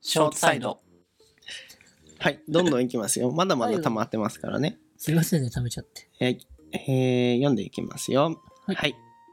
ショートサイド。 はい、どんどんいきますよ。まだまだ溜まってますからね。 すいませんね、溜めちゃって。 はい、読んでいきますよ。 はいはい。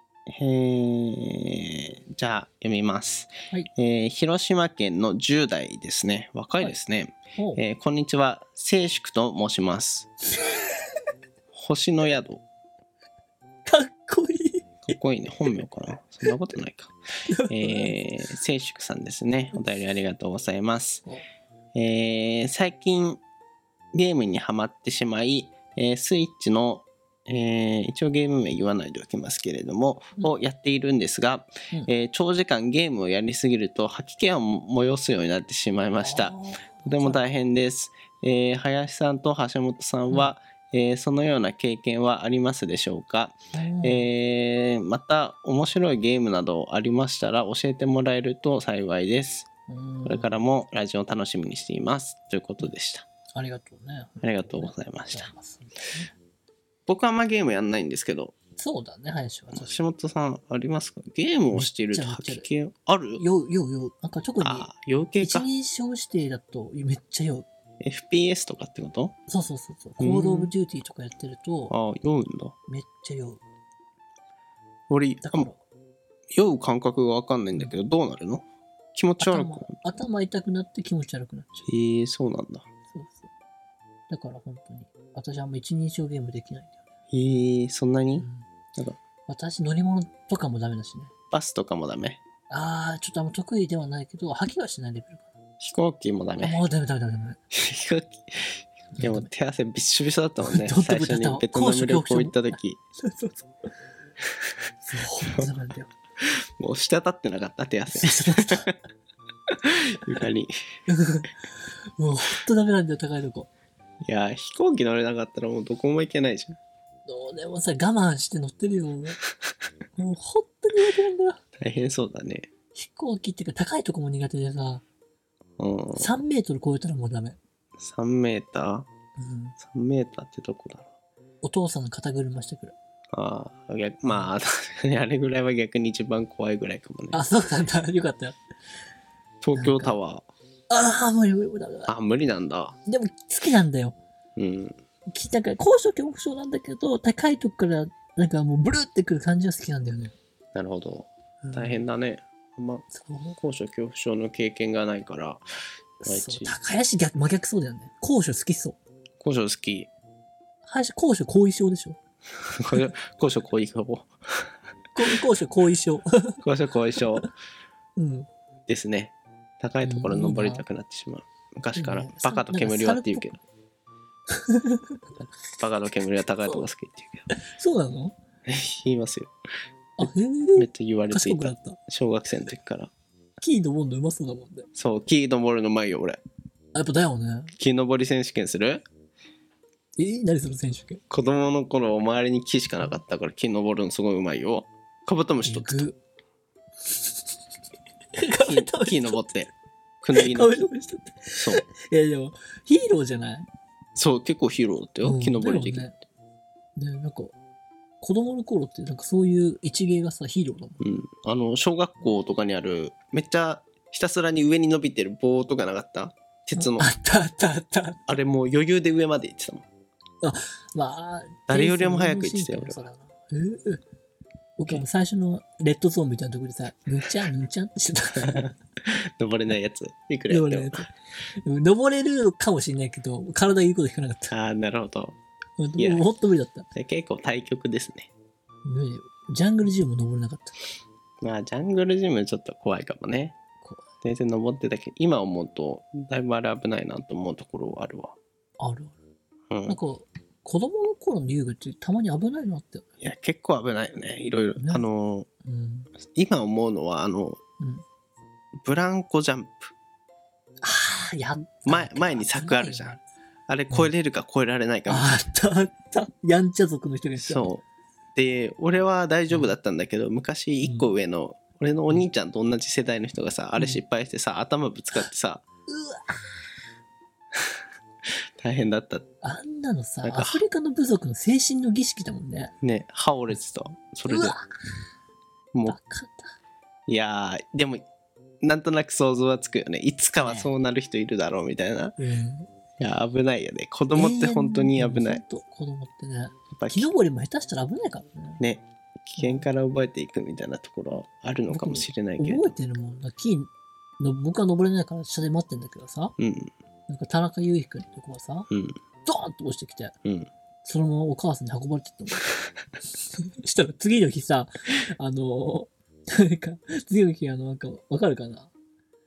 じゃあ読みます、 はい広島県の10代ですね。若いですね。 おうこんにちは。清淑と申します。星の宿。かかっこいい。 っこいいね。本名かな。そんなことないか。清淑さんですね。お便りありがとうございます。最近ゲームにハマってしまい、スイッチの、一応ゲーム名言わないでおきますけれども、をやっているんですが、長時間ゲームをやりすぎると吐き気を催すようになってしまいました。とても大変です。林さんと橋本さんは、そのような経験はありますでしょうか。また面白いゲームなどありましたら教えてもらえると幸いです。これからもラジオを楽しみにしていますということでした。 ありがとうね。 ありがとうございました。僕はあんまゲームやんないんですけど、 そうだね、林は。 橋本さんありますか？ゲームをしていると吐き気ある？ よ。なんか特に陽系か。 一人称指定だとめっちゃ酔う。 FPS とかってこと？ そう。コールオブデューティーとかやってると、 酔うんだ。 めっちゃ酔う。 俺、 だから酔う感覚がわかんないんだけど、どうなるの？気持ち悪くなる？ 頭痛くなって気持ち悪くなっちゃう。 そうなんだ。 そう。だから本当に、私あんま一人称ゲームできないんだよね。 そんなに？なんか私乗り物とかもダメだしね。 バスとかもダメ？ ちょっとあんま得意ではないけど、吐きはしないレベルか飛行機もダメ？ な。もうダメ。 飛行機でも手汗びっしょびしょだったもんね。 どんどん最初にベトナム旅行行った時。 そう。そう、本当なんだよ。 もう滴ってなかった手汗。床に。 もう本当ダメなんだよ、高いとこ。 いや、飛行機乗れなかったらもうどこも行けないじゃん。 どうでもさ、我慢して乗ってるよ。もう本当に苦手なんだよ。 大変そうだね。 飛行機っていうか高いとこも苦手でさ、 3 3メートル超えたらもうダメ。 メーター ?3 メーターってどこだろう。 お父さんの肩車してくる。 まあ、あれぐらいは逆に一番怖いぐらいかもね。 そうなんだ。よかったよ。 東京タワー。 無理ダメだ。 無理なんだ。 でも好きなんだよ。なんか高所恐怖症なんだけど、高いとこからなんかもうブルーってくる感じが好きなんだよね。 なるほど。大変だね。高所恐怖症の経験がないから。 高林真逆そうだよね。高所好きそう。 高所好き。 林、高所後遺症でしょ。 高所後遺症。 高所後遺症。 高所後遺症。ですね。高いところ登りたくなってしまう。昔からバカと煙はって言うけど。バカと煙は高いところ好きって言うけど。 そうなの？ 言いますよ。めっちゃ言われていた。小学生の時から。 木登るのうまそうだもんね。 そう、木登るのうまいよ俺。 やっぱだよね。 木登り選手権する？ 何する選手権？ 子供の頃周りに木しかなかったから木登るのすごいうまいよ。カブトムシ取ってた。木登って。くぬぎの木。そう。 でもヒーローじゃない？ そう、結構ヒーローだったよ。木登りできる。 なんか子供の頃ってなんかそういう一芸がさヒーローだもん。小学校とかにあるめっちゃひたすらに上に伸びてる棒とかなかった？鉄の。 あった。 あれもう余裕で上まで行ってたもん。誰よりも早く行ってたよ俺は。 僕は最初のレッドゾーンみたいなところでさ、ぬんちゃんってしてた。 登れないやつ。いくらやっても。登れるかもしれないけど、体言うこと聞かなかった。 なるほど。 もうほんと無理だった。 結構対極ですね。 ジャングルジムも登れなかった。 ジャングルジムちょっと怖いかもね。全然登ってたけど、今思うと、だいぶあれ危ないなと思うところはあるわ。 ある。なんか、子供の頃の遊具ってたまに危ないなって。 いや、結構危ないよね。いろいろ。今思うのは、ブランコジャンプ。前に柵あるじゃん。あれ越えれるか越えられないか。 あった。やんちゃ族の人が言ってた。 そう。で、俺は大丈夫だったんだけど、昔一個上の、俺のお兄ちゃんと同じ世代の人がさ、あれ失敗してさ、頭ぶつかってさ、大変だった。 あんなのさ、アフリカの部族の精神の儀式だもんね。 ね、歯折れてた。それで。もう。いやー、でも、 なんとなく想像はつくよね。いつかはそうなる人いるだろうみたいな。 うん。 いや危ないよね。子供って本当に危ない。 ほんと子供ってね。 やっぱ木登りも下手したら危ないからね。 ね、危険から覚えていくみたいなところあるのかもしれないけど。 覚えてるもん。木の僕は登れないから下で待ってんだけどさ、 うんなんか田中裕樹君って子がさ、 うんドーンと落ちてきて、 うんそのままお母さんに運ばれてったの。したら次の日さ、なんか、次の日なんか、わかるかな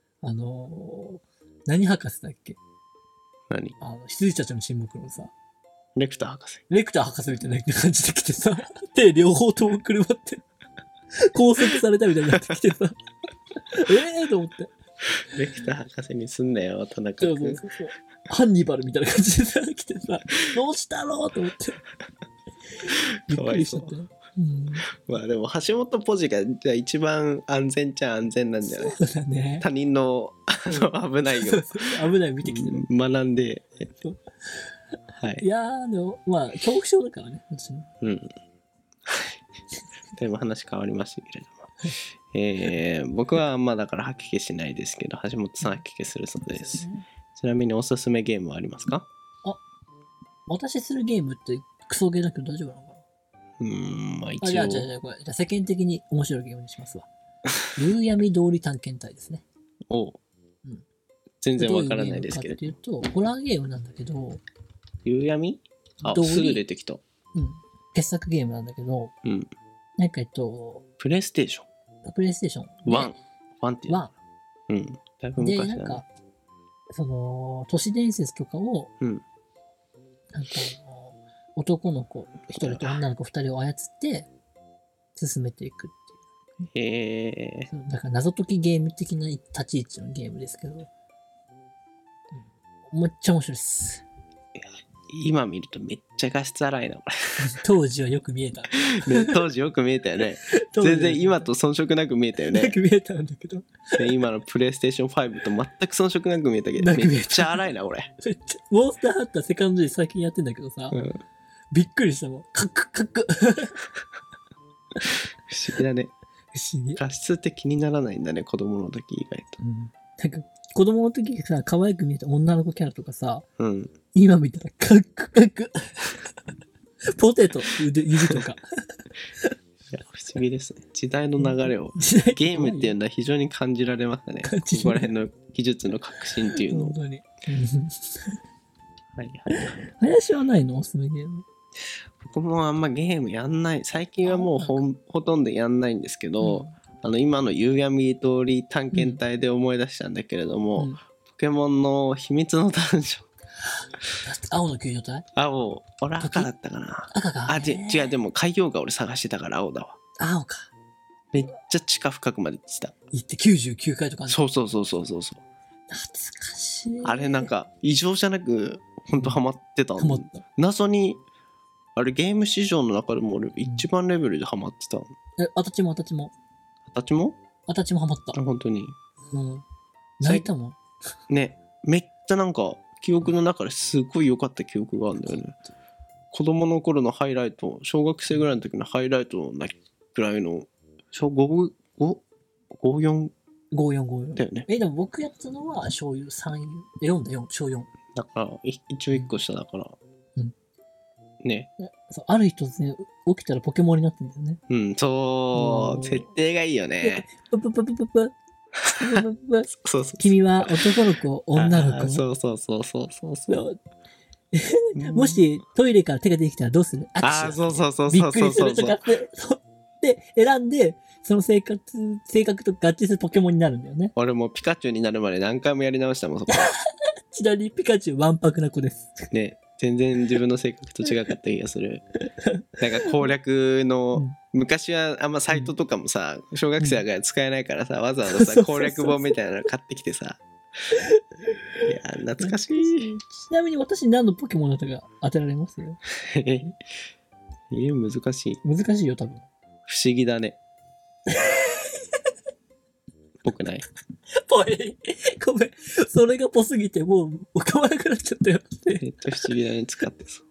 何博士だっけ何？ 羊たちの沈黙のさ、 レクター博士。 レクター博士みたいな感じで来てさ、手両方とも車って拘束されたみたいになってきてさ、と思って。 レクター博士にすんなよ、田中そう君。 そうそう。ハンニバルみたいな感じでさ、来てさ、どうしたのと思って。びっくりしちゃったよ。うん、 まあでも橋本ポジがじゃあ一番安全っちゃ安全なんじゃない？ そうだね。 他人の危ないよ。 危ない見てきてる。 学んで。はい。 いやー、でも、まあ、恐怖症だからね、私も。 うん。でも話変わりましたけれども。僕はあんまだから吐き気しないですけど、橋本さん吐き気するそうです。ちなみにおすすめゲームはありますか？ 私するゲームってクソゲーだけど大丈夫なのかな？ まあ一応。 じゃあこれ、世間的に面白いゲームにしますわ。夕闇通り探検隊ですね。 おう。うん、全然わからないですけど。 どういうゲームかっていうと、ホラーゲームなんだけど、 夕闇？すぐ出てきた。 うん。傑作ゲームなんだけど、 うん。 なんかプレイステーション。 プレイステーション。 ワンっていう。 うん。 だいぶ昔だね。 で、なんか、都市伝説とかを、 うん。 なんか男の子一人と女の子二人を操って進めていくっていう。だから謎解きゲーム的な立ち位置のゲームですけど、めっちゃ面白いです。 今見るとめっちゃ画質荒いなこれ。 当時はよく見えた、 ね、当時よく見えたよね。全然今と遜色なく見えたよね。 よく見えたんだけど、 今のプレイステーション5と全く遜色なく見えたけど、めっちゃ荒いなこれ。 モンスターハンターセカンドで最近やってんだけどさ、びっくりしたもん。カックカック。 不思議だね。 不思議。 画質って気にならないんだね、子供の時以外と。 なんか子供の時さ、可愛く見えた女の子キャラとかさ、 今見たらカックカック。ポテト、指とか。 いや不思議ですね。時代の流れをゲームっていうのは非常に感じられますね。ここら辺の技術の革新っていうのを。 本当に。 はいはい。 林はないのおすすめゲーム？ 僕もあんまゲームやんない。最近はもうほとんどやんないんですけど、今の夕闇通り探検隊で思い出したんだけれども、ポケモンの秘密のダンジョン。 青の救助隊？ 青。俺赤だったかな。 赤か。 違う、でも海洋が俺探してたから青だわ。 青か。 めっちゃ地下深くまで行ってた。 行って99回とか。 そう。懐かしい。 あれなんか異常じゃなくほんとハマってた。謎にあれゲーム市場の中でも俺一番レベルでハマってた。 あたちもハマった。 本当に。 泣いたもん。 ね、めっちゃなんか記憶の中ですごい良かった記憶があるんだよね。子供の頃のハイライト、小学生ぐらいの時のハイライトなくらいの小54だよね。 でも僕やったのは小4だよ、小4。 だから一応1個下だから。ね。 そう、ある日突然起きたらポケモンになってんだよね。 そう、設定がいいよね。 ププププププ。 そう。 君は男の子、女の子。 そう。 もしトイレから手が出てきたらどうする？ そう。 びっくりするとかって。で、選んで、その性格と合致するポケモンになるんだよね。 俺もピカチュウになるまで何回もやり直したもん、そこ。 ちなみにピカチュウわんぱくな子です。 ね、全然自分の性格と違かった気がする。なんか攻略の、昔はあんまサイトとかもさ、小学生が使えないからさ、わざわざさ、攻略本みたいなの買ってきてさ。いや、懐かしい。 ちなみに私何のポケモンだったか当てられます？ 難しい。 難しいよ、多分。 不思議だね。ぽくない？ ぽい。ごめん。それがぽすぎてもう浮かばなくなっちゃったよ。 めっちゃ不思議だね、使ってさ。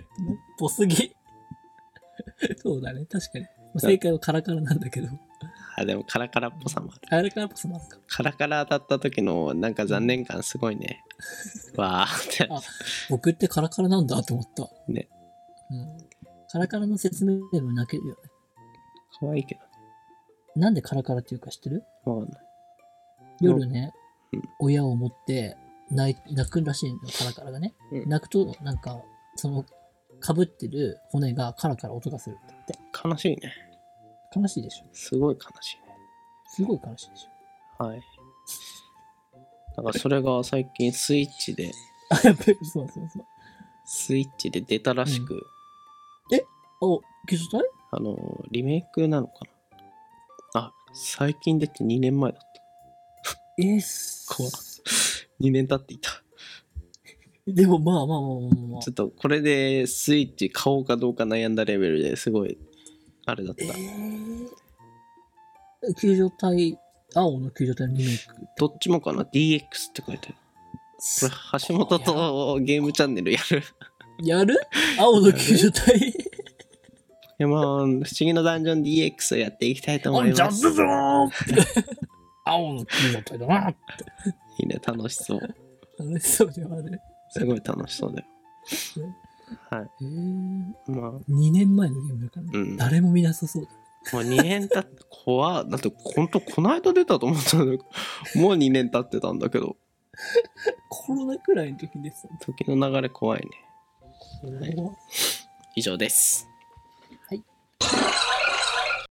ぽすぎ。そうだね、確かに。正解はカラカラなんだけど。 あ、でもカラカラっぽさもある。 あれからこそなんか。 カラカラ当たった時のなんか残念感すごいね。わーって。 あ、僕ってカラカラなんだと思った。 ね。 うん。カラカラの説明でも泣けるよね。 可愛いけどね。 なんでカラカラっていうか知ってる？ わかんない。 夜ね、 うん親を持って泣くらしいのよ、カラカラがね。 うん泣くと、なんか、その、被ってる骨がカラカラ音がするんだって。 悲しいね。 悲しいでしょ。 すごい悲しいね。 すごい悲しいでしょ。 はい。だからそれが最近スイッチで、 あ、やっぱりそうそうそう。 スイッチで出たらしく、 お、救助隊？ リメイクなのかな。あ、最近出て2年前だった。怖っ。2年経っていた。 でもまあまあまあまあまあ。 ちょっとこれでスイッチ買おうかどうか悩んだレベルですごい、あれだった。 救助隊、青の救助隊のリメイク。 どっちもかな ?DX って書いてある。これ、橋本とゲームチャンネルやる。 やる？青の救助隊。 ポケモン不思議のダンジョン DX をやっていきたいと思いジャンます。 プゾーン青の救助隊だなって。 いいね、楽しそう。 楽しそうではある。 すごい楽しそうだよ。はい。まあ、 2年前のゲームだからね、 うん。 誰も見なさそうだ。 もう2年経って、怖っ。だって本当この間出たと思ったんだけど、もう2年経ってたんだけど、 コロナくらいの時ですよ。 時の流れ怖いね。 これは以上です。 はい。